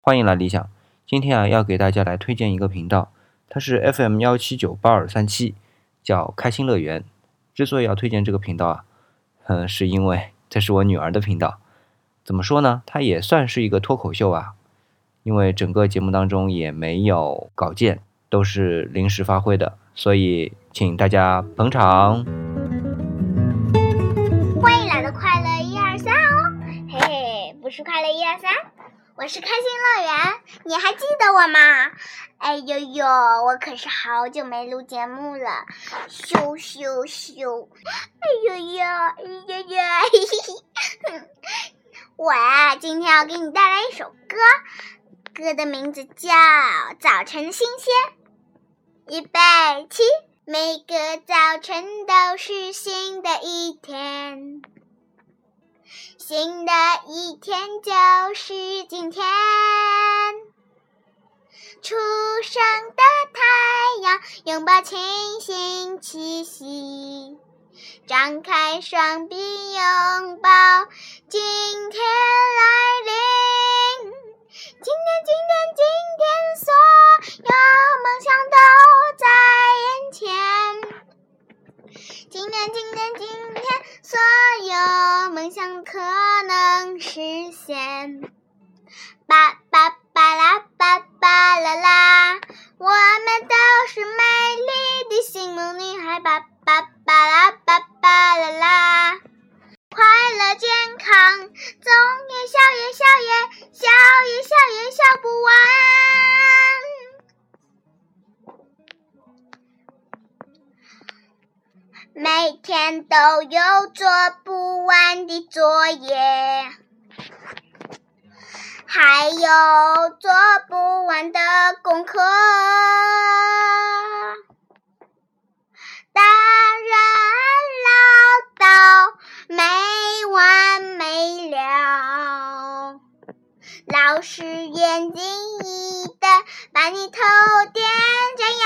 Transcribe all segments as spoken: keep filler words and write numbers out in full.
欢迎来理想。今天啊，要给大家来推荐一个频道，它是 F M 幺七九八二三七，叫开心乐园。之所以要推荐这个频道啊，嗯，是因为这是我女儿的频道。怎么说呢？它也算是一个脱口秀啊，因为整个节目当中也没有稿件，都是临时发挥的，所以请大家捧场。 欢迎来到快乐一二三哦，嘿嘿，不是快乐一二三，我是开心乐园，你还记得我吗？哎呦呦，我可是好久没录节目了，咻咻咻，哎呦呦，哎呦呦，嘿嘿，我啊，今天要给你带来一首歌，歌的名字叫《早晨的新鲜》。预备起，每个早晨都是新的一天，新的一天就是今天。初升的太阳拥抱清新气息，张开双臂拥抱今天来临。今天今天今天所有梦想都在眼前，今天今天今天所有梦想可能实现。巴巴巴拉巴巴啦啦，我们都是美丽的星梦女孩，巴巴巴拉巴巴啦啦，快乐健康，总也笑也笑也笑也笑也笑不完。每天都有做不完的作业，还有做不完的功课，大人唠叨没完没了，老师眼睛一瞪，把你头点着摇。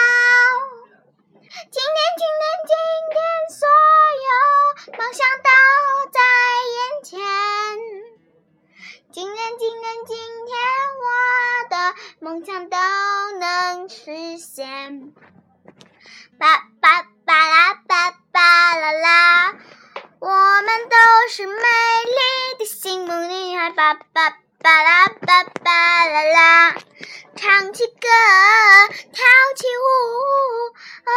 今天今天今天所有梦想都在眼前，今天今天今天我的梦想都能实现。巴巴巴拉巴巴啦啦，我们都是美丽的星梦女孩，巴巴巴拉巴巴啦啦，唱起歌，跳起舞，啊！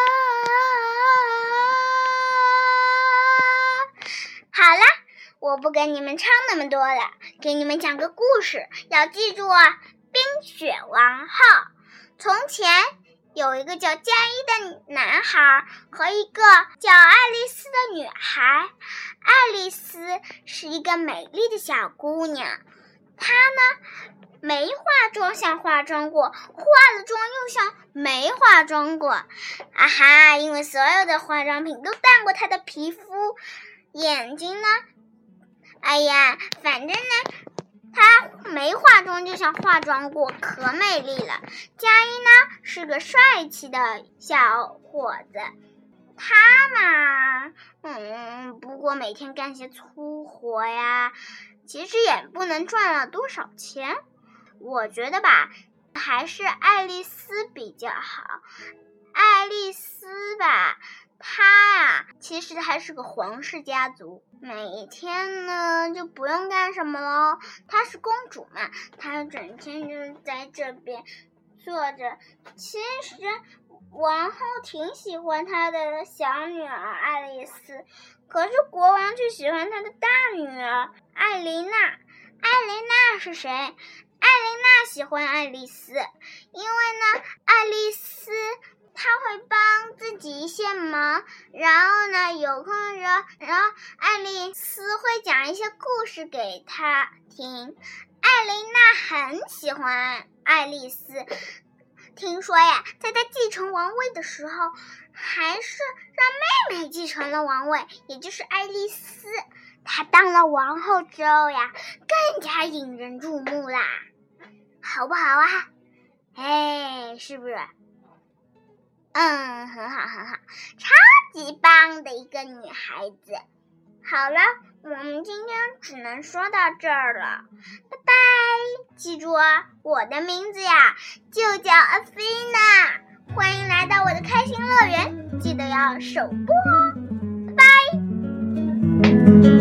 好啦，我不跟你们唱那么多了，给你们讲个故事，要记住啊！冰雪王后。从前有一个叫加一的男孩和一个叫爱丽丝的女孩。爱丽丝是一个美丽的小姑娘，她呢没化妆像化妆过，化了妆又像没化妆过。啊哈，因为所有的化妆品都淡过她的皮肤。眼睛呢，哎呀，反正呢她没化妆就像化妆过，可美丽了。加一呢是个帅气的小伙子，他嘛，嗯，不过每天干些粗活呀，其实也不能赚了多少钱。我觉得吧，还是爱丽丝比较好。爱丽丝吧，她呀，其实还是个皇室家族，每天呢就不用干什么咯。她是公主嘛，她整天就在这边坐着。其实王后挺喜欢她的小女儿爱丽丝，可是国王却喜欢她的大女儿艾琳娜。艾琳娜是谁？艾琳娜喜欢爱丽丝，因为呢，爱丽丝她会帮自己一些忙，然后呢，有空的时候，然后爱丽丝会讲一些故事给她听。艾琳娜很喜欢爱丽丝，听说呀，在她继承王位的时候，还是让妹妹继承了王位，也就是爱丽丝。她当了王后之后呀，更加引人注目啦，好不好啊？哎，是不是？嗯，很好很好，超级棒的一个女孩子。好了， 我们今天只能说到这儿了，拜拜！记住啊，我的名字呀就叫阿菲娜，欢迎来到我的开心乐园，记得要首播哦，拜拜！